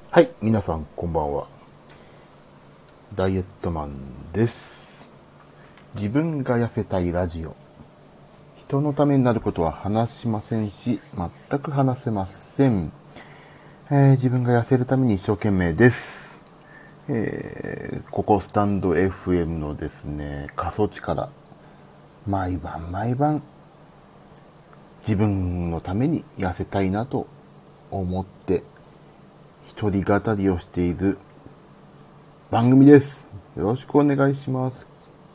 はい、皆さんこんばんは。ダイエットマンです。自分が痩せたいラジオ。人のためになることは話しませんし、全く話せません。自分が痩せるために一生懸命です。ここスタンド FM のですね、過疎地から毎晩自分のために痩せたいなと思って一人語りをしている番組です。よろしくお願いします。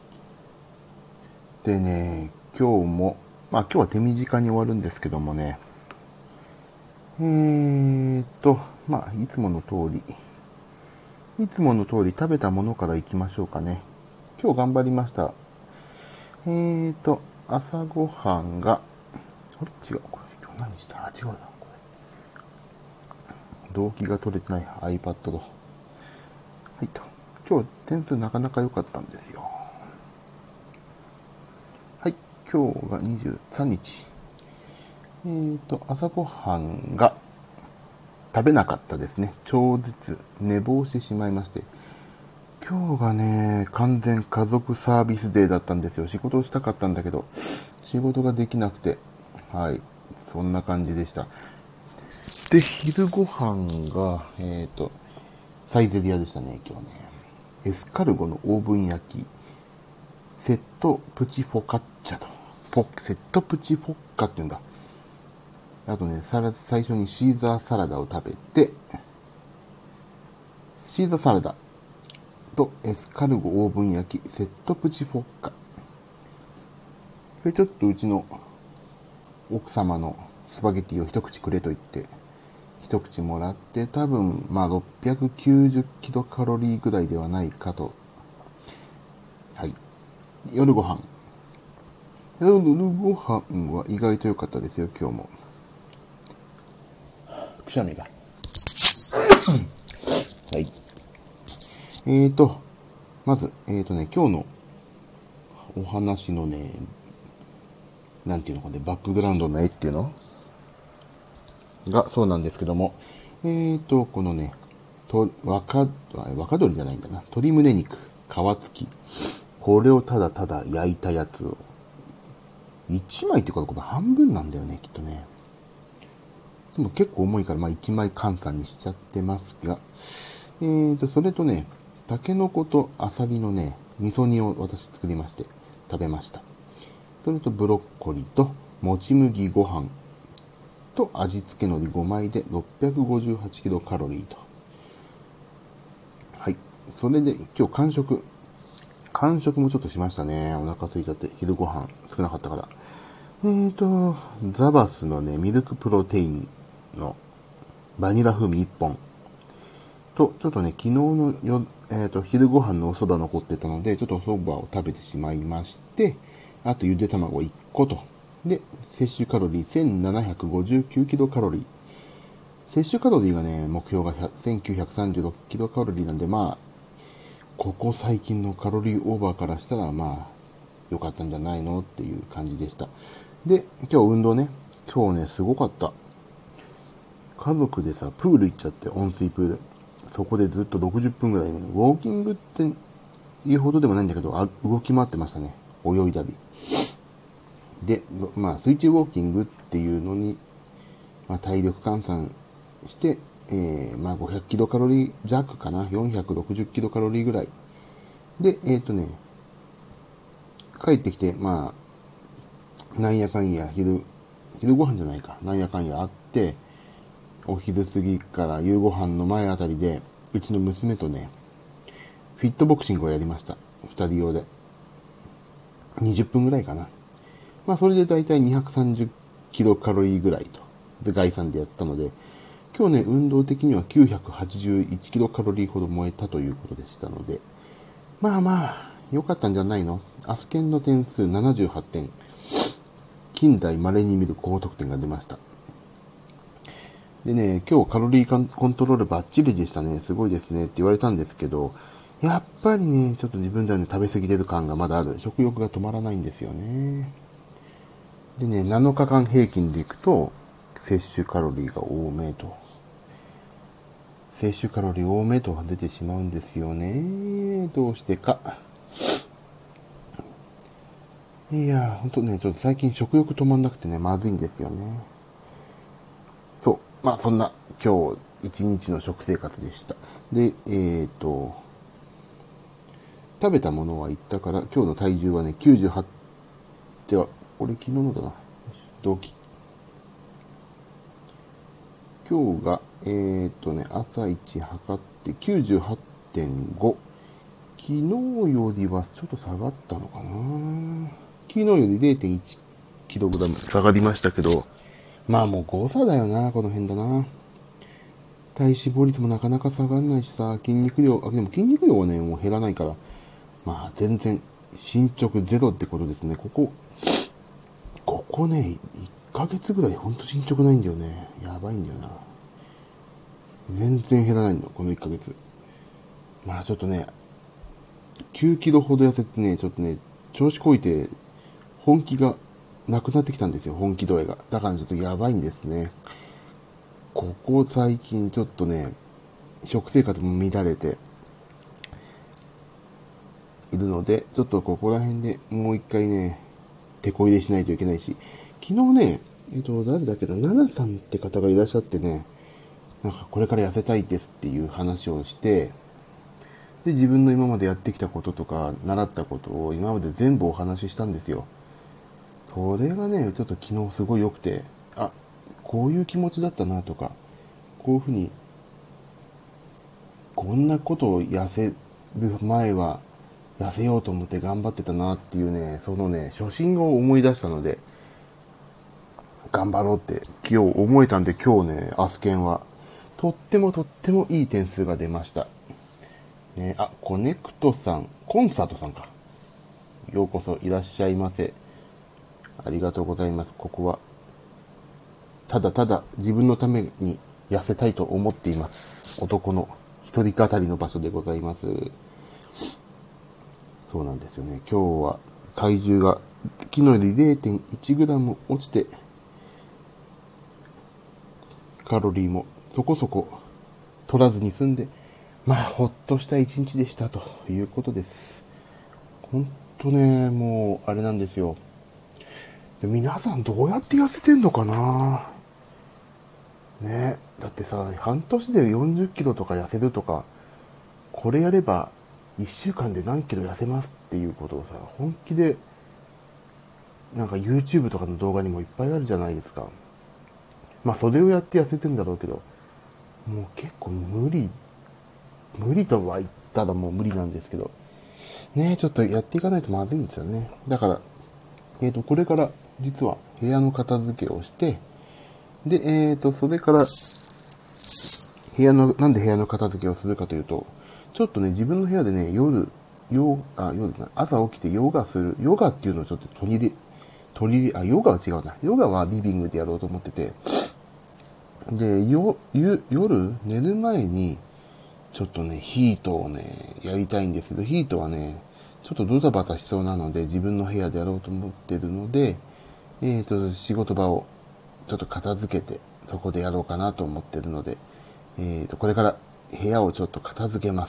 でね、今日も、今日は手短に終わるんですけどもね、えーっと、いつもの通り食べたものからいきましょうかね。今日頑張りました。朝ごはんが、あれ違う、これ今日何した違うな、これ。動機が取れてない iPad と。はいと。今日点数なかなか良かったんですよ。はい、今日が23日。朝ごはんが食べなかったですね。超絶寝坊してしまいまして。今日がね、完全家族サービスデーだったんですよ。仕事をしたかったんだけど、仕事ができなくて。はい。そんな感じでした。で、昼ご飯が、サイゼリアでしたね、今日ね。エスカルゴのオーブン焼き、セットプチフォカッチャと。セットプチフォッカって言うんだ。あとね、最初にシーザーサラダを食べて、シーザーサラダとエスカルゴオーブン焼き、セットプチフォッカ。で、ちょっとうちの奥様のスパゲティを一口くれと言って、一口もらって、多分、690キロカロリーぐらいではないかと。はい。夜ご飯。夜ご飯は意外と良かったですよ、今日も。くしゃみが。はい。まず、今日のお話のね、なんていうのかね、バックグラウンドの絵っていうのがそうなんですけども、このね、若鶏じゃないんだな。鶏胸肉、皮付き。これをただただ焼いたやつを、1枚っていうかこれ半分なんだよね、きっとね。でも結構重いから、1枚換算にしちゃってますが、それとね、タケノコとアサリのね、味噌煮を私作りまして、食べました。それとブロッコリーと、もち麦ご飯と味付け海苔5枚で658キロカロリーと。はい。それで今日完食。完食もちょっとしましたね。お腹空いちゃって、昼ご飯少なかったから。ザバスのね、ミルクプロテインのバニラ風味1本。と、ちょっとね、昨日の昼ご飯のお蕎麦残ってたので、ちょっとお蕎麦を食べてしまいまして、あとゆで卵1個と。で、摂取カロリー1759キロカロリー。摂取カロリーがね、目標が1936キロカロリーなんで、ここ最近のカロリーオーバーからしたら、良かったんじゃないのっていう感じでした。で、今日運動ね。今日ね、すごかった。家族でさ、プール行っちゃって、温水プール。そこでずっと60分ぐらいね、ウォーキングっていうほどでもないんだけど、動き回ってましたね。泳いだり。で、水中ウォーキングっていうのに、体力換算して、500キロカロリー弱かな。460キロカロリーぐらい。で、帰ってきて、なんやかんや昼ご飯じゃないか。なんやかんやあって、お昼過ぎから夕ご飯の前あたりで、うちの娘とね、フィットボクシングをやりました。二人用で。20分ぐらいかな。それでだいたい230キロカロリーぐらいと。で、概算でやったので、今日ね、運動的には981キロカロリーほど燃えたということでしたので、良かったんじゃないの？アスケンの点数78点。近代稀に見る高得点が出ました。でね、今日カロリーコントロールバッチリでしたね。すごいですねって言われたんですけど、やっぱりね、ちょっと自分ではね、食べ過ぎてる感がまだある。食欲が止まらないんですよね。でね、7日間平均でいくと、摂取カロリーが多めと。 摂取カロリー多めと出てしまうんですよね。どうしてか。いやー、ほんとね、ちょっと最近食欲止まんなくてね、まずいんですよね。そう。まあ、そんな、今日、一日の食生活でした。で、食べたものは言ったから、今日の体重はね、98、では、俺昨日のだな。同期。今日が、朝一測って98.5。昨日よりはちょっと下がったのかな。昨日より 0.1kg 下がりましたけど、まあもう誤差だよな、この辺だな。体脂肪率もなかなか下がんないしさ、筋肉量、でも筋肉量はね、もう減らないから、まあ全然進捗ゼロってことですね。ここね、1ヶ月ぐらいほんと進捗ないんだよね。やばいんだよな。全然減らないの、この1ヶ月。まあちょっとね、9キロほど痩せてね、ちょっとね、調子こいて、本気がなくなってきたんですよ、本気度合いが。だからちょっとやばいんですね。ここ最近ちょっとね、食生活も乱れているので、ちょっとここら辺でもう一回ね、手こ入れしないといけないし、昨日ね、誰だっけな、ナナさんって方がいらっしゃってね、なんかこれから痩せたいですっていう話をして、で、自分の今までやってきたこととか、習ったことを今まで全部お話ししたんですよ。それがね、ちょっと昨日すごい良くて、あ、こういう気持ちだったなとか、こういうふうに、こんなことを痩せる前は、痩せようと思って頑張ってたなっていうね、そのね、初心を思い出したので、頑張ろうって今日思えたんで、今日ね、アスケンは、とってもいい点数が出ました。ね、あ、コネクトさん、コンサートさんか。ようこそいらっしゃいませ。ありがとうございます。ここは、ただただ自分のために痩せたいと思っています。男の一人語りの場所でございます。そうなんですよね。今日は体重が昨日より 0.1g 落ちて、カロリーもそこそこ取らずに済んで、まあ、ほっとした一日でしたということです。ほんとね、もう、あれなんですよ。皆さんどうやって痩せてんのかなね。だってさ、半年で40キロとか痩せるとか、これやれば1週間で何キロ痩せますっていうことをさ、本気で、なんか YouTube とかの動画にもいっぱいあるじゃないですか。まあ、それをやって痩せてんだろうけど、もう結構無理とは言ったらもう無理なんですけど、ね、ちょっとやっていかないとまずいんですよね。だから、これから実は部屋の片付けをして、で、それからなんで部屋の片付けをするかというと、ちょっとね、自分の部屋でね、夜ですね、朝起きてヨガする、ヨガっていうのをちょっとヨガは違うな。ヨガはリビングでやろうと思ってて、で、夜寝る前に、ちょっとね、ヒートをね、やりたいんですけど、ヒートはね、ちょっとドタバタしそうなので、自分の部屋でやろうと思ってるので、仕事場をちょっと片付けて、そこでやろうかなと思ってるので、これから部屋をちょっと片付けます。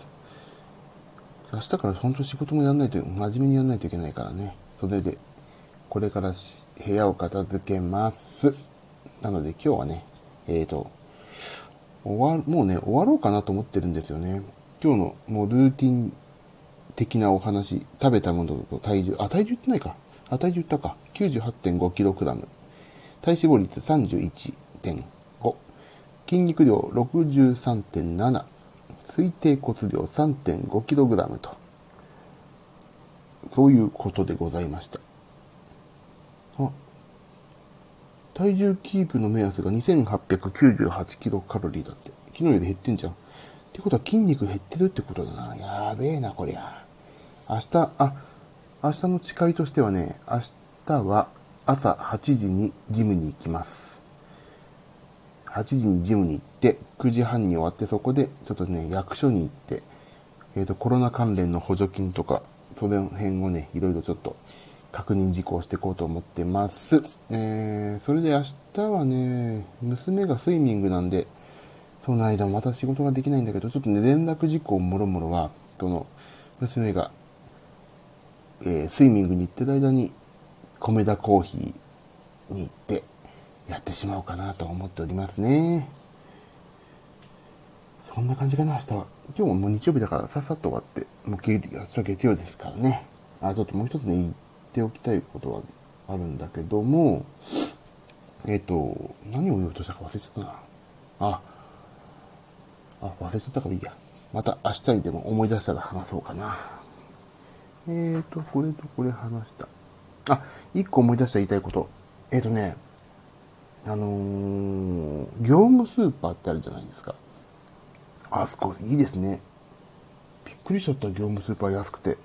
明日から本当仕事も真面目にやんないといけないからね。それで、これから部屋を片付けます。なので今日はね、もうね、終わろうかなと思ってるんですよね。今日のもうルーティン的なお話、食べたものと体重言ってないか。体重言ったか。98.5kg。体脂肪率31.5。筋肉量63.7。推定骨量 3.5kg と。そういうことでございました。あ、体重キープの目安が2898キロカロリーだって。昨日より減ってんじゃん。ってことは筋肉減ってるってことだな。やべえな、こりゃ。明日の誓いとしてはね、明日は朝8時にジムに行きます。8時にジムに行って、9時半に終わってそこでちょっとね、役所に行って、コロナ関連の補助金とか、その辺をね、いろいろちょっと確認事項していこうと思ってます。それで明日はね、娘がスイミングなんで、 その間また仕事ができないんだけど、ちょっとね、連絡事項もろもろは、娘が、スイミングに行ってる間に、米田コーヒーに行って、やってしまおうかなと思っておりますね。そんな感じかな、明日は。今日ももう日曜日だからさっさっと終わって、もう明日月曜ですからね。ちょっともう一つね、言っておきたいことはあるんだけども、何を言おうとしたか忘れちゃったな。忘れちゃったからいいや。また明日にでも思い出したら話そうかな。これとこれ話した。一個思い出した言いたいこと。業務スーパーってあるじゃないですか。あそこいいですね。びっくりしちゃった。業務スーパー安くて。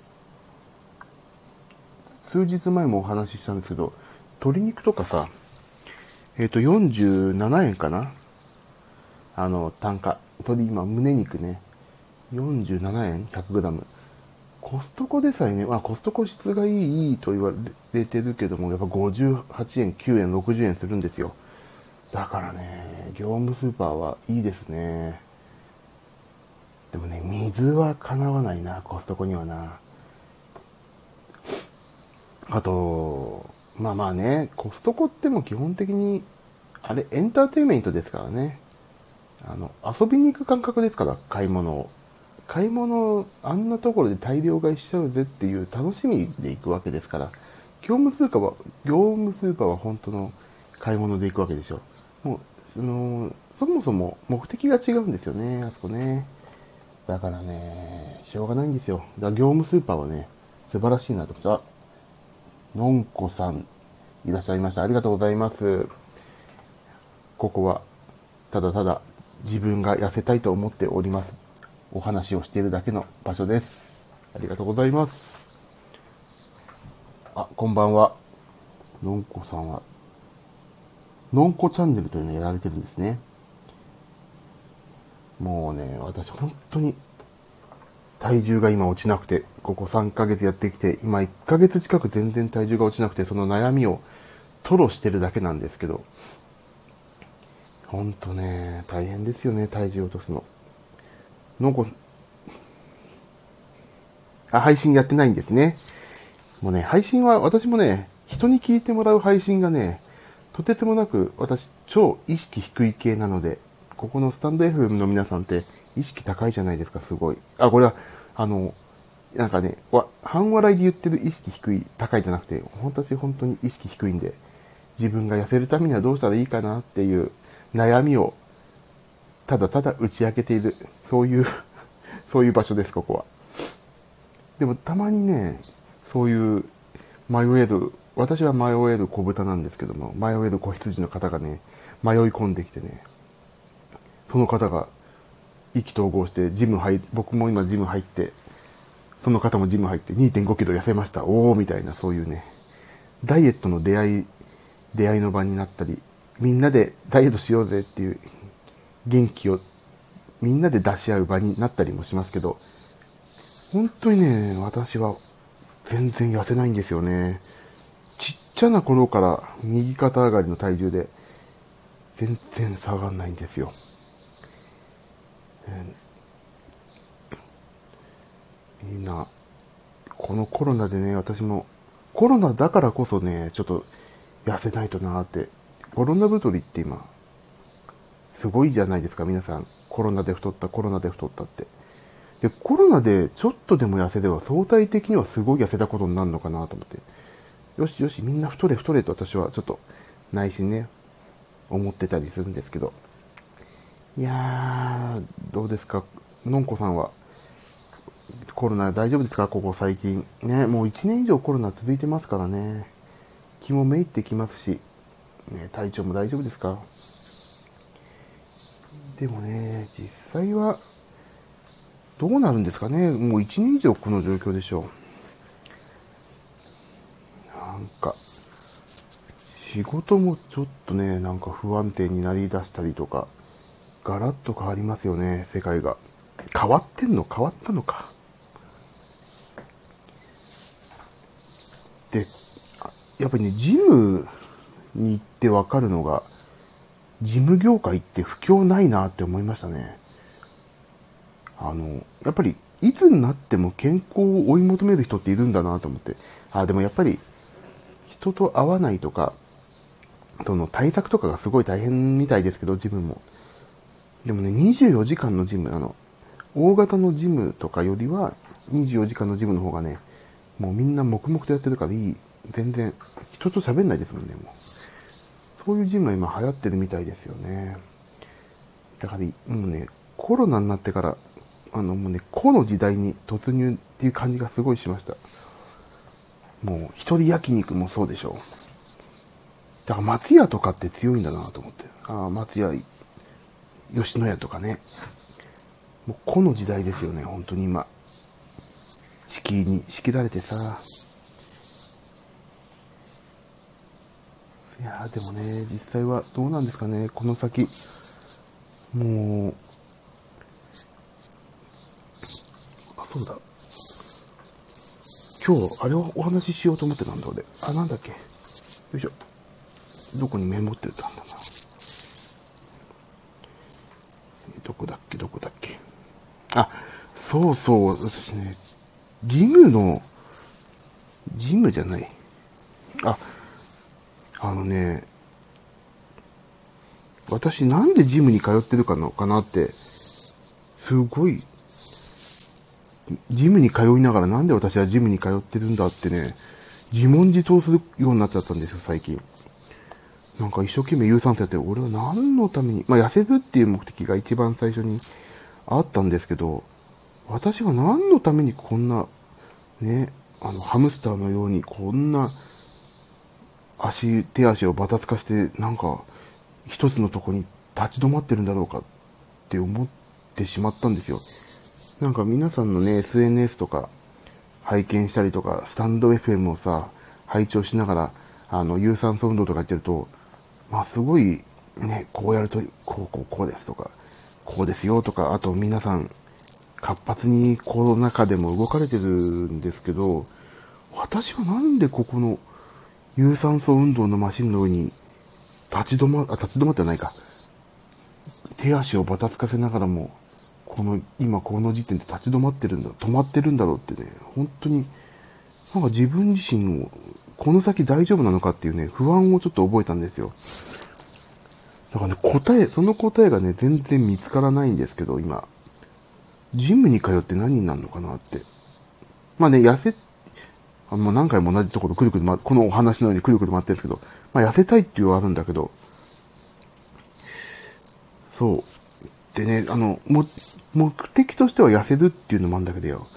数日前もお話ししたんですけど、鶏肉とかさ、47円かな、単価。今、胸肉ね。47円 100g。コストコでさえね、コストコ質がいいと言われてるけども、やっぱ58円、9円、60円するんですよ。だからね、業務スーパーはいいですね。でもね、水はかなわないな、コストコにはな。あと、まあね、コストコっても基本的に、あれ、エンターテインメントですからね。遊びに行く感覚ですから、買い物を。買い物、あんなところで大量買いしちゃうぜっていう楽しみで行くわけですから、業務スーパーは本当の買い物で行くわけでしょ。もう、そもそも目的が違うんですよね、あそこね。だからね、しょうがないんですよ。だから業務スーパーはね、素晴らしいなと思って。のんこさん、いらっしゃいました。ありがとうございます。ここは、ただただ自分が痩せたいと思っております。お話をしているだけの場所です。ありがとうございます。こんばんは。のんこさんは、のんこチャンネルというのをやられてるんですね。もうね、私本当に体重が今落ちなくて、ここ3ヶ月やってきて、今1ヶ月近く全然体重が落ちなくて、その悩みを吐露してるだけなんですけど、ほんとね、大変ですよね、体重を落とすの。のんこ、配信やってないんですね。もうね、配信は私もね、人に聞いてもらう配信がね、とてつもなく私超意識低い系なので、ここのスタンド FM の皆さんって意識高いじゃないですか、すごい。これは、なんかね、半笑いで言ってる意識低い、高いじゃなくて、私本当に意識低いんで、自分が痩せるためにはどうしたらいいかなっていう悩みをただただ打ち明けている、そういうそういう場所です、ここは。でもたまにね、そういう私は迷える小豚なんですけども、迷える子羊の方がね、迷い込んできてね、その方が意気投合して僕も今ジム入って、その方もジム入って2.5キロ痩せました。おーみたいな、そういうね、ダイエットの出会いの場になったり、みんなでダイエットしようぜっていう元気をみんなで出し合う場になったりもしますけど、本当にね、私は全然痩せないんですよね。ちっちゃな頃から右肩上がりの体重で全然下がんないんですよ。みんな、このコロナでね、私もコロナだからこそね、ちょっと痩せないとなーって。コロナ太りって今、すごいじゃないですか、皆さん。コロナで太った、コロナで太ったって。で、コロナでちょっとでも痩せれば相対的にはすごい痩せたことになるのかなと思って。よしよし、みんな太れ太れと私はちょっと内心ね、思ってたりするんですけど。いやー、どうですか、のんこさんは。コロナ大丈夫ですか、ここ最近。ね、もう1年以上コロナ続いてますからね。気もめいってきますし、ね、体調も大丈夫ですか。でもね、実際は、どうなるんですかね。もう1年以上この状況でしょう。なんか、仕事もちょっとね、なんか不安定になりだしたりとか、ガラッと変わりますよね、世界が。変わったのか。で、やっぱりね、ジムに行ってわかるのが、 事務業界って不況ないなって思いましたね。やっぱり、いつになっても健康を追い求める人っているんだなと思って。でもやっぱり、人と会わないとか、その対策とかがすごい大変みたいですけど、ジムも。でもね、24時間のジム、大型のジムとかよりは、24時間のジムの方がね、もうみんな黙々とやってるからいい。全然、人と喋んないですもんね、もう。そういうジムは今流行ってるみたいですよね。だから、もうね、コロナになってから、もうね、個の時代に突入っていう感じがすごいしました。もう、一人焼肉もそうでしょう。だから松屋とかって強いんだなと思って。松屋、吉野家とかね。もう個の時代ですよね、本当に今。敷居に仕切られてさ。いやーでもね、実際はどうなんですかね、この先。もう、そうだ。今日、あれをお話ししようと思ってたんだ、俺。なんだっけ。よいしょ。どこにメモってたんだな。どこだっけ。そうそう、私ね、ジムじゃない。あ、あのね、私なんでジムに通ってるかなって、すごい、ジムに通いながらなんで私はジムに通ってるんだってね、自問自答するようになっちゃったんですよ、最近。なんか一生懸命有酸素やって、俺は何のために、痩せるっていう目的が一番最初にあったんですけど、私は何のためにこんな、ね、ハムスターのようにこんな手足をバタつかして、なんか、一つのとこに立ち止まってるんだろうかって思ってしまったんですよ。なんか皆さんのね、SNS とか拝見したりとか、スタンド FM をさ、拝聴しながら、有酸素運動とかやってると、すごい、ね、こうやると、こうですとか、こうですよとか、あと皆さん、活発にコロナ禍でも動かれてるんですけど、私はなんでここの有酸素運動のマシンの上に立ち止まってはないか。手足をバタつかせながらも、今この時点で立ち止まってるんだ、止まってるんだろうってね、本当に、なんか自分自身を、この先大丈夫なのかっていうね、不安をちょっと覚えたんですよ。だからね、その答えがね、全然見つからないんですけど、今。ジムに通って何になるのかなって。もう何回も同じところくるくるこのお話のようにくるくる回ってるんですけど、痩せたいっていうのはあるんだけど、そう。でね、目的としては痩せるっていうのもあるんだけどよ。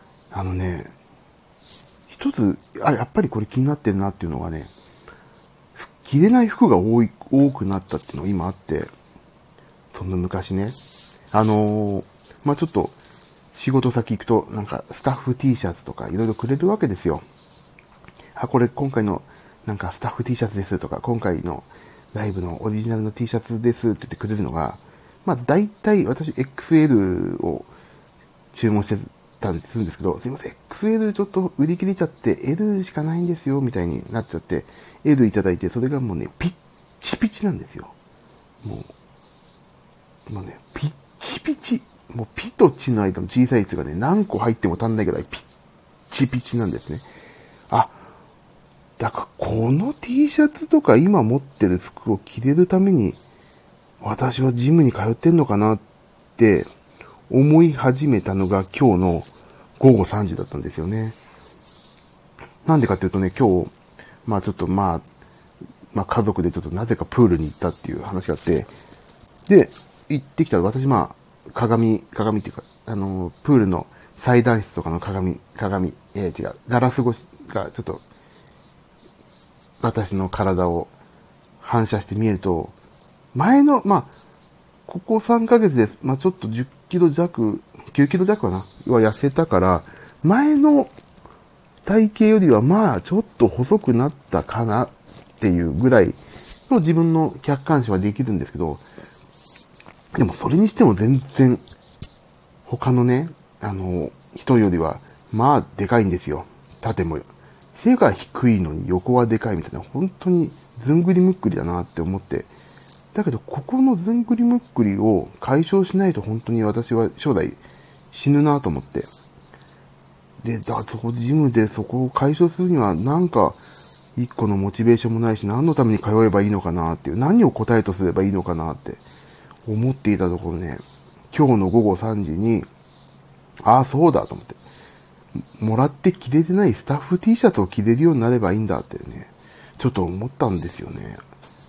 一つ、やっぱりこれ気になってるなっていうのがね、着れない服が多くなったっていうのが今あって、そんな昔ね。ちょっと、仕事先行くと、なんか、スタッフ T シャツとかいろいろくれるわけですよ。これ今回の、なんか、スタッフ T シャツですとか、今回のライブのオリジナルの T シャツですって言ってくれるのが、大体私 XL を注文してたりするんですけど、すいません、XL ちょっと売り切れちゃって L しかないんですよ、みたいになっちゃって、L いただいて、それがもうね、ピッチピチなんですよ。もうね、ピッチピチ。もうピとチの間の小さいやつがね、何個入っても足んないぐらいピッチピチなんですね。だからこの T シャツとか今持ってる服を着れるために、私はジムに通ってんのかなって思い始めたのが今日の午後3時だったんですよね。なんでかっていうとね、今日、ちょっと家族でちょっとなぜかプールに行ったっていう話があって、で、行ってきたら私鏡っていうか、プールの裁断室とかの違う、ガラス越しがちょっと、私の体を反射して見えると、前の、ここ3ヶ月です。ちょっと10キロ弱、9キロ弱かなは痩せたから、前の体型よりはちょっと細くなったかなっていうぐらいの自分の客観視はできるんですけど、でもそれにしても全然、他のね、人よりは、でかいんですよ。縦も。背が低いのに横はでかいみたいな、本当にずんぐりむっくりだなって思って。 だけど、ここのずんぐりむっくりを解消しないと本当に私は将来死ぬなと思って。で、そこジムでそこを解消するにはなんか一個のモチベーションもないし、何のために通えばいいのかなっていう、何を答えとすればいいのかなって思っていたところね、今日の午後3時に、ああ、そうだと思って、もらって着れてないスタッフ T シャツを着れるようになればいいんだってね、ちょっと思ったんですよね。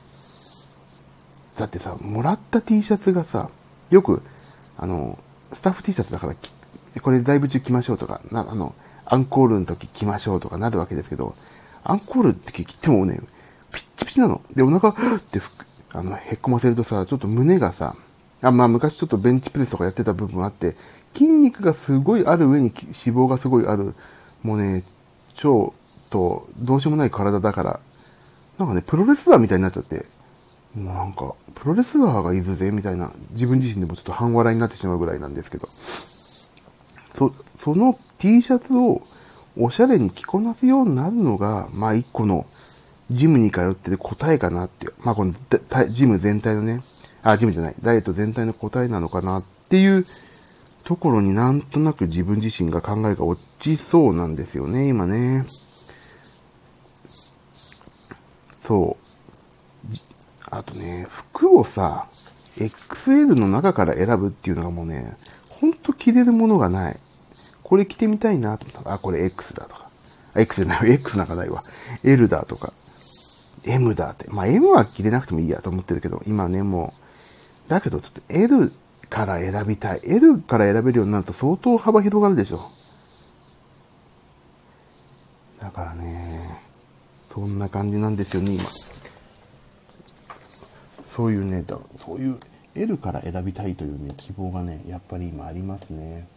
だってさ、もらった T シャツがさ、よく、スタッフ T シャツだからこれライブ中着ましょうとか、アンコールの時着ましょうとかなるわけですけど、アンコールって着てもね、ピッチピチなの。で、お腹、ってへっこませるとさ、ちょっと胸がさ、まあ昔ちょっとベンチプレスとかやってた部分あって、筋肉がすごいある上に脂肪がすごいある、もうね、超とどうしようもない体だから、なんかね、プロレスラーみたいになっちゃって、もうなんか、プロレスラーがいるぜ、みたいな、自分自身でもちょっと半笑いになってしまうぐらいなんですけど、その T シャツをおしゃれに着こなすようになるのが、まあ一個のジムに通ってる答えかなっていう、まあこのジム全体のね、ジムじゃない、ダイエット全体の答えなのかなっていうところになんとなく自分自身が考えが落ちそうなんですよね、今ね。そう。あとね、服をさ、XL の中から選ぶっていうのがもうね、ほんと着れるものがない。これ着てみたいなと思ったら、これ X だとか。X じゃない、X なんかないわ。L だとか。M だって。まあ M は着れなくてもいいやと思ってるけど、今ね、もう。だけどちょっと L から選びたい。L から選べるようになると相当幅広がるでしょ。だからね、そんな感じなんですよね、今。そういうね、そういう L から選びたいというね、希望がね、やっぱり今ありますね。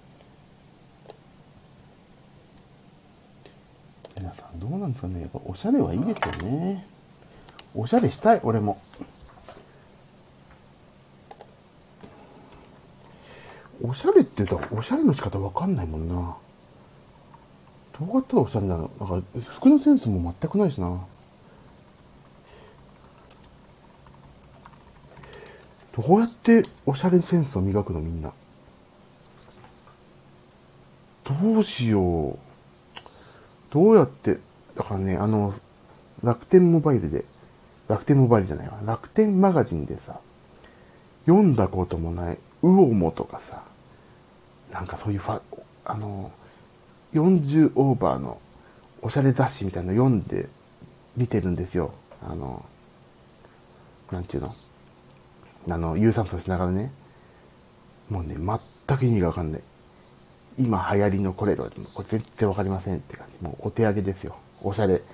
皆さんどうなんですかね。やっぱおしゃれはいいですよね。おしゃれしたい、俺も。おしゃれって言ったら、おしゃれの仕方わかんないもんな。どうやったらおしゃれなの？なんか、服のセンスも全くないしな。どうやっておしゃれセンスを磨くのみんな。どうしよう。どうやって、だからね、楽天モバイルで、楽天モバイルじゃないわ。楽天マガジンでさ、読んだこともない、ウオモとかさ、なんかそういう40オーバーのおしゃれ雑誌みたいなの読んで見てるんですよ。なんていうの有酸素しながらね。もうね、全く意味がわかんない。今流行りのこれ全然わかりませんって感じ。もうお手上げですよ。おしゃれ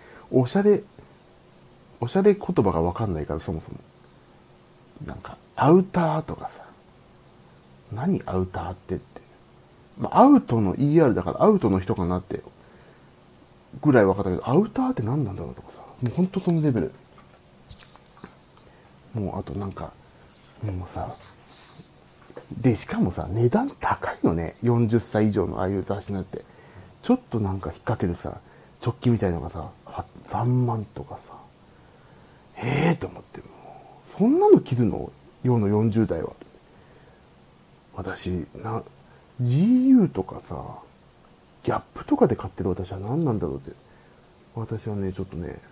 言葉がわかんないから、そもそも。なんか、アウターとかさ。何アウターってって。まあ、アウトの ER だからアウトの人かなってぐらい分かったけど、アウターって何なんだろうとかさ、もうほんとそのレベル。もうあとなんか、もうさ、で、しかもさ、値段高いのね。40歳以上のああいう雑誌なんて。ちょっとなんか引っ掛けるさ、直帰みたいなのがさ、3万とかさ、と思って、もうそんなの着るの世の40代は。私、GU とかさ、ギャップとかで買ってる私は何なんだろうって。私はね、ちょっとね、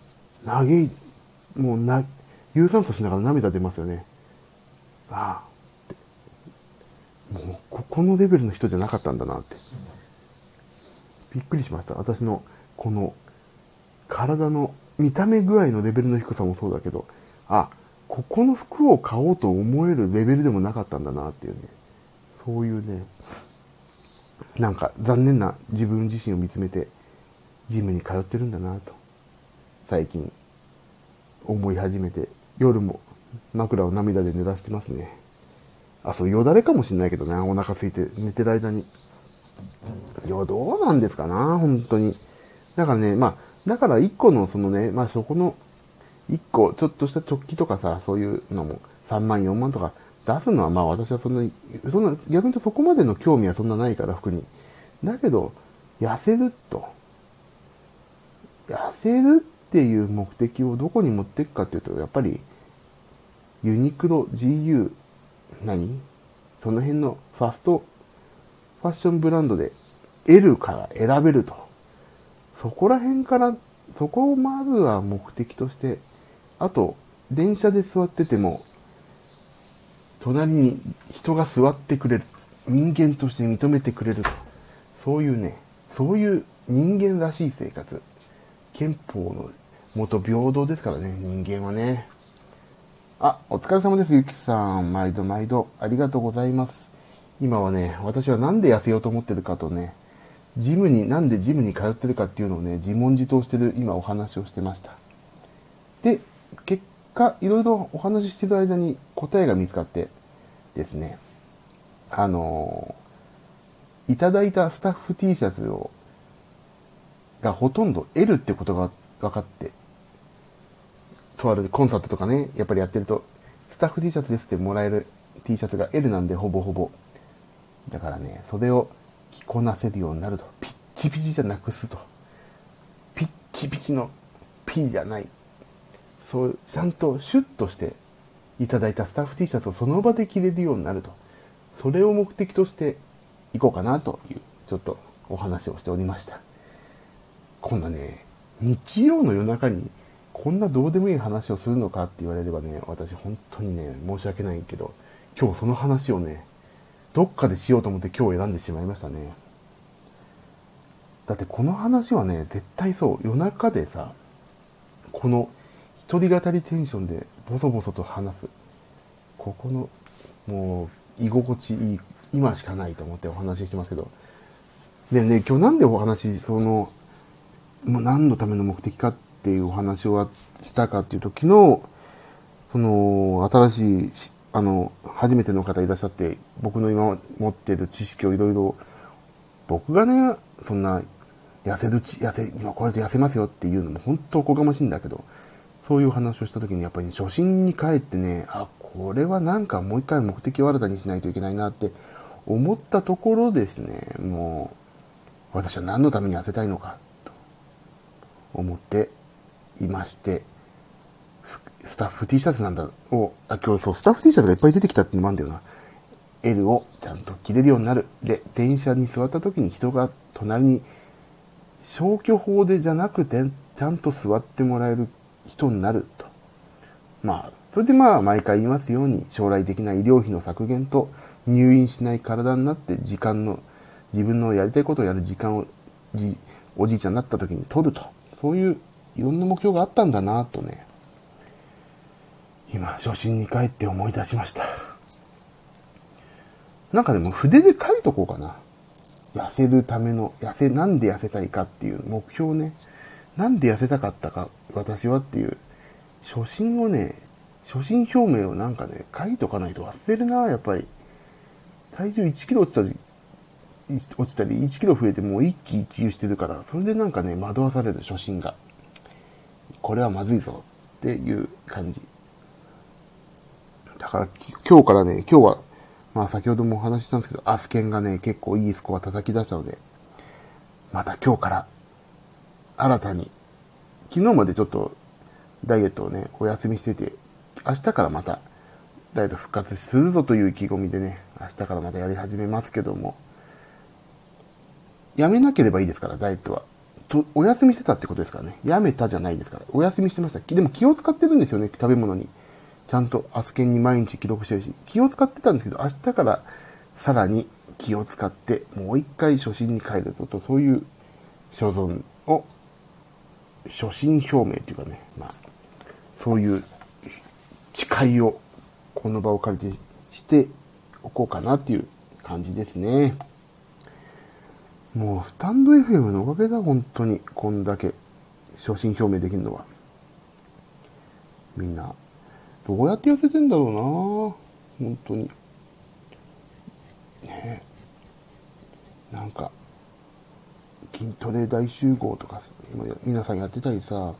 もう有酸素しながら涙出ますよね。ああ、もう、ここのレベルの人じゃなかったんだなって。びっくりしました。私の、この、体の見た目具合のレベルの低さもそうだけど、ここの服を買おうと思えるレベルでもなかったんだなっていうね。そういうね、なんか残念な自分自身を見つめて、ジムに通ってるんだなと、最近、思い始めて、夜も枕を涙で濡らしてますね。そう、よだれかもしんないけどね、お腹空いて寝てる間に。どうなんですかな、本当に。だからね、だから一個のそのね、そこの、一個、ちょっとした直帰とかさ、そういうのも3万、4万とか出すのは私は逆に言うとそこまでの興味はそんなないから、服に。だけど、痩せるっていう目的をどこに持っていくかっていうと、やっぱり、 ユニクロ、GU、その辺のファストファッションブランドで L から選べると。そこら辺から、そこをまずは目的として、あと、電車で座ってても、隣に人が座ってくれる。人間として認めてくれると。そういう人間らしい生活。憲法の元平等ですからね、人間はね。あ、お疲れ様です、ゆきさん。毎度毎度ありがとうございます。今はね、私はなんで痩せようと思ってるかとね、なんでジムに通ってるかっていうのをね、自問自答してる今お話をしてました。で、結果、いろいろお話ししてる間に答えが見つかってですね、いただいたスタッフ T シャツがほとんど L ってことが分かって、とあるコンサートとかね、やっぱりやってると、スタッフ T シャツですってもらえる T シャツが L なんで、ほぼほぼ。だからね、それを着こなせるようになると。ピッチピチじゃなくすと。ピッチピチの P じゃない。そう、ちゃんとシュッとしていただいたスタッフ T シャツをその場で着れるようになると。それを目的としていこうかなという、ちょっとお話をしておりました。こんなね、日曜の夜中にこんなどうでもいい話をするのかって言われればね、私本当にね、申し訳ないけど、今日その話をね、どっかでしようと思って今日選んでしまいましたね。だってこの話はね、絶対そう、夜中でさ、この一人語りテンションでボソボソと話す。ここの、もう、居心地いい、今しかないと思ってお話ししてますけど。でね、今日なんでお話、もう何のための目的かっていうお話をしたかっていうと、昨日、新しい、初めての方いらっしゃって、僕の今持っている知識をいろいろ、僕がね、そんな、今これで痩せますよっていうのも本当おこがましいんだけど、そういう話をした時にやっぱり、初心に帰ってね、これはなんかもう一回目的を新たにしないといけないなって思ったところですね、もう、私は何のために痩せたいのか、と思っていまして、スタッフ T シャツなんだ今日そう、スタッフ T シャツがいっぱい出てきたっていうのもあるんだよな。L をちゃんと着れるようになる。で、電車に座った時に人が隣に消去法でじゃなくて、ちゃんと座ってもらえる人になると。それで毎回言いますように、将来的な医療費の削減と、入院しない体になって自分のやりたいことをやる時間を、おじいちゃんになった時に取ると。そういういろんな目標があったんだなとね、今、初心に帰って思い出しました。なんかでも筆で書いとこうかな。痩せるための、なんで痩せたいかっていう目標ね。なんで痩せたかったか、私はっていう、初心表明をなんかね、書いとかないと忘れるな、やっぱり。体重1キロ落ちたり、1キロ増えてもう一喜一憂してるから、それでなんかね、惑わされる初心が。これはまずいぞっていう感じ。だから今日は、先ほどもお話ししたんですけど、アスケンがね、結構いいスコア叩き出したので、また今日から、新たに、昨日までちょっと、ダイエットをね、お休みしてて、明日からまた、ダイエット復活するぞという意気込みでね、明日からまたやり始めますけども、やめなければいいですから、ダイエットは。お休みしてたってことですからね。やめたじゃないですから。お休みしてました。でも気を使ってるんですよね、食べ物に。ちゃんとアスケンに毎日記録してるし、気を使ってたんですけど、明日からさらに気を使って、もう一回初心に帰るぞと、そういう所存を、初心表明というかね、そういう誓いをこの場を借りてしておこうかなっていう感じですね。もうスタンド FM のおかげだ、本当に。こんだけ初心表明できるのは。みんな、どうやって痩せてんだろうな、本当に。ねえ。なんか、筋トレ大集合とか、皆さんやってたりさ、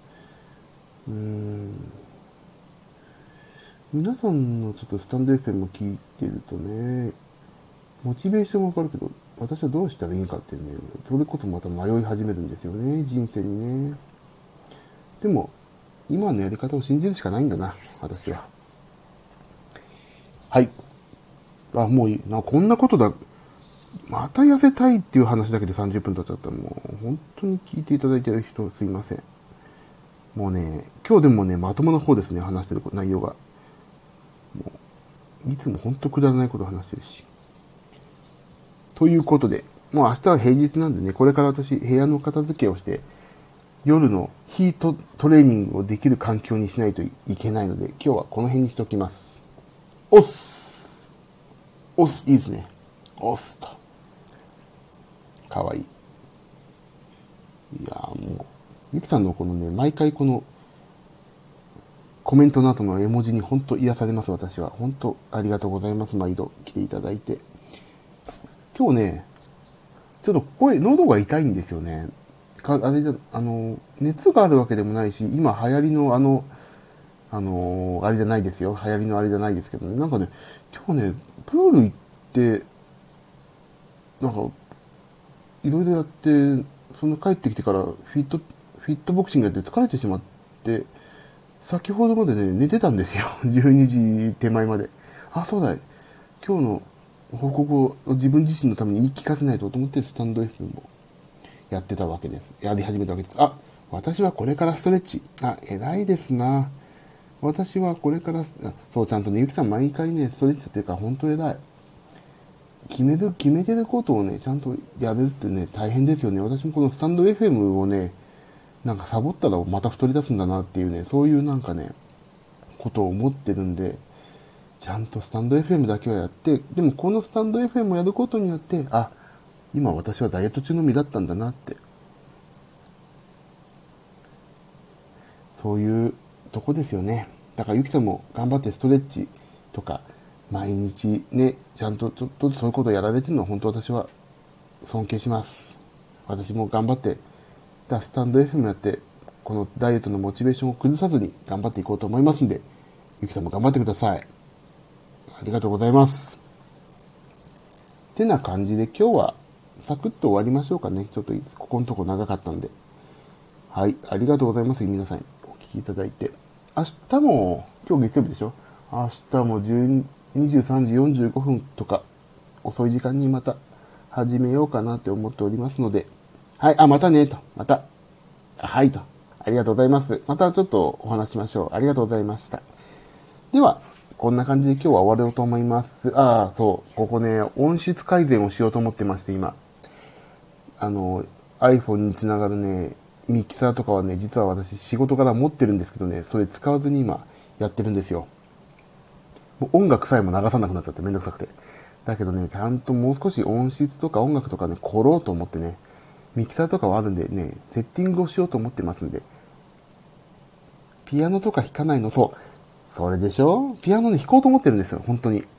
皆さんのちょっとスタンド FM も聞いてるとね、モチベーションはわかるけど、私はどうしたらいいかってね、それこそまた迷い始めるんですよね、人生にね。でも、今のやり方を信じるしかないんだな、私は。 はい。もういい。こんなことだ。また痩せたいっていう話だけで30分経っちゃった。もう、本当に聞いていただいてる人、すいません。もうね、今日でもね、まともな方ですね、話してる内容が。いつも本当くだらないこと話してるし。ということで、もう明日は平日なんでね、これから私、部屋の片付けをして、夜のヒートトレーニングをできる環境にしないといけないので、今日はこの辺にしておきます。おっす。おっす、いいですね。おっすと。かわいい。いやもう、ゆきさんのこのね、毎回この、コメントの後の絵文字に本当癒されます、私は。本当ありがとうございます、毎度来ていただいて。今日ね、ちょっと喉が痛いんですよね。あれじゃ、熱があるわけでもないし、今流行りのあれじゃないですよ。流行りのあれじゃないですけどね。なんかね、今日ね、プール行って、なんか、いろいろやって、その帰ってきてからフィットボクシングやって疲れてしまって、先ほどまでね、寝てたんですよ。12時手前まで。あ、そうだ。今日の報告を自分自身のために言い聞かせないとと思ってスタンド FM をやってたわけです。やり始めたわけです。あ、私はこれからストレッチ。あ、偉いですな。私はこれから、そう、ちゃんとね、ゆきさん毎回ね、ストレッチやってるから本当偉い。決めてることをね、ちゃんとやるってね、大変ですよね。私もこのスタンド FM をね、なんかサボったらまた太り出すんだなっていうね、そういうなんかね、ことを思ってるんで、ちゃんとスタンド FM だけはやって、でもこのスタンド FM をやることによって、あ、今私はダイエット中の身だったんだなって、そういうとこですよね。だからゆきさんも頑張ってストレッチとか、毎日ね、ちゃんとちょっとそういうことをやられてるのは本当私は尊敬します。私も頑張って、スタンド FM やって、このダイエットのモチベーションを崩さずに頑張っていこうと思いますんで、ゆきさんも頑張ってください。ありがとうございます。てな感じで今日はサクッと終わりましょうかね。ちょっとここのとこ長かったんで。はい、ありがとうございます。皆さんお聞きいただいて。明日も、今日月曜日でしょ？明日も23時45分とか遅い時間にまた始めようかなって思っておりますので。はい、またねと。また。はいと。ありがとうございます。またちょっとお話しましょう。ありがとうございました。では、こんな感じで今日は終わろうと思います。そう。ここね、音質改善をしようと思ってまして、今。iPhone につながるね、ミキサーとかはね、実は私仕事から持ってるんですけどね、それ使わずに今やってるんですよ。もう音楽さえも流さなくなっちゃってめんどくさくて。だけどね、ちゃんともう少し音質とか音楽とかね、凝ろうと思ってね、ミキサーとかはあるんでね、セッティングをしようと思ってますんで。ピアノとか弾かないの、そう。それでしょ？ピアノね、弾こうと思ってるんですよ、本当に。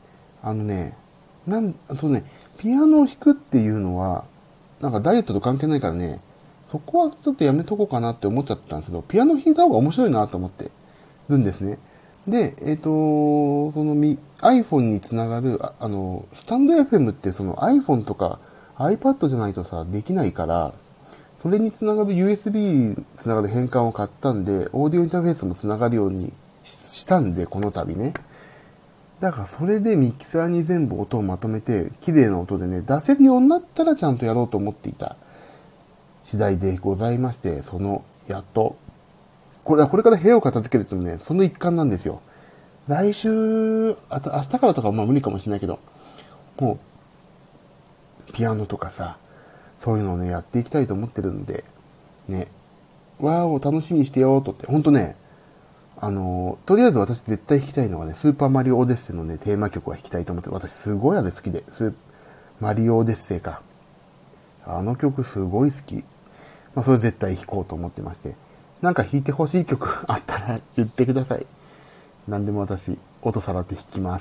そうね、ピアノを弾くっていうのは、なんかダイエットと関係ないからね、そこはちょっとやめとこうかなって思っちゃったんですけど、ピアノ弾いた方が面白いなと思ってるんですね。で、iPhone につながる、スタンド FM ってその iPhone とか iPad じゃないとさ、できないから、それにつながる USB つながる変換を買ったんで、オーディオインターフェースもつながるようにしたんで、この度ね。だからそれでミキサーに全部音をまとめて、綺麗な音でね、出せるようになったらちゃんとやろうと思っていた次第でございまして、やっと、これから部屋を片付けるってね、その一環なんですよ。来週、明日からとかまあ無理かもしれないけど、もう、ピアノとかさ、そういうのをね、やっていきたいと思ってるんで、ね、わーを楽しみにしてよーとって、ほんとね、とりあえず私絶対弾きたいのがね、スーパーマリオオデッセイのね、テーマ曲は弾きたいと思って、私すごいあれ好きで、マリオオデッセイか。あの曲すごい好き。まあ、それ絶対弾こうと思ってまして。なんか弾いてほしい曲あったら言ってください。なんでも私、音さらって弾きます。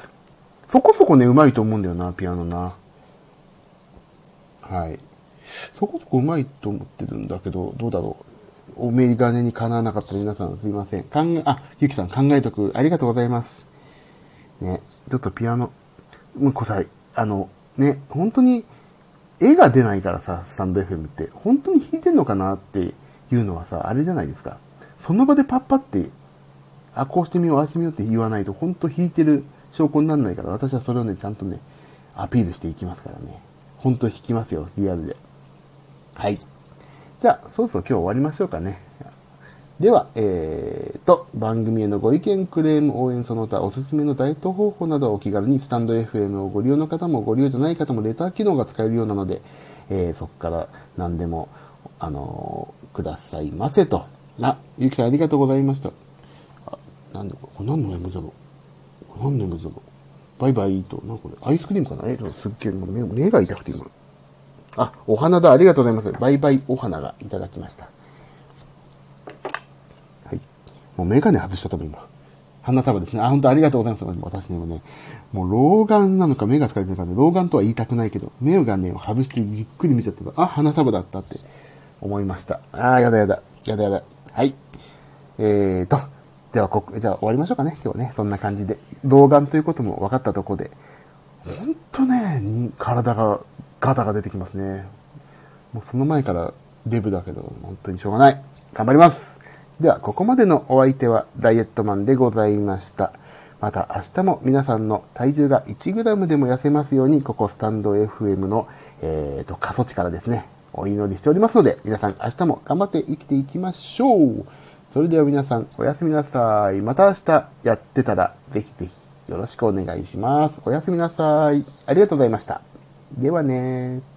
そこそこね、上手いと思うんだよな、ピアノな。はい。そこそこ上手いと思ってるんだけど、どうだろう。お眼鏡にかなわなかったら皆さんすいません。ゆきさん考えとく。ありがとうございます。ね、ちょっとピアノ、もうこさい、ね、本当に、絵が出ないからさ、スタンド FM って、本当に弾いてんのかなっていうのはさ、あれじゃないですか。その場でパッパって、こうしてみよう、ああしてみようって言わないと、本当弾いてる証拠にならないから、私はそれをね、ちゃんとね、アピールしていきますからね。本当に引きますよ、リアルで。はい。じゃあ、そろそろ今日終わりましょうかね。では、番組へのご意見、クレーム、応援その他、おすすめのダイエット方法などをお気軽に、スタンド FM をご利用の方もご利用じゃない方もレター機能が使えるようなので、そこから何でも、くださいませと。ゆきさんありがとうございました。これ何の絵文字だろう。これ何の絵文字だろう。バイバイと、これ、アイスクリームかなすっげえ、目が痛くて今。お花だ、ありがとうございます。バイバイお花がいただきました。もうメガネ外しちゃったもん、今。花束ですね。本当ありがとうございます。私ね、もう老眼なのか目が疲れてるのかで、老眼とは言いたくないけど、目がね、外してじっくり見ちゃってた。花束だったって思いました。やだ。はい。ではじゃあ終わりましょうかね。今日ね、そんな感じで。老眼ということも分かったところで、ほんとね、体がガタが出てきますね。もうその前からデブだけど、本当にしょうがない。頑張ります。では、ここまでのお相手はダイエットマンでございました。また明日も皆さんの体重が 1g でも痩せますように、ここスタンド FM の、過疎地からですね、お祈りしておりますので、皆さん明日も頑張って生きていきましょう。それでは皆さんおやすみなさい。また明日やってたら、ぜひぜひよろしくお願いします。おやすみなさい。ありがとうございました。ではね。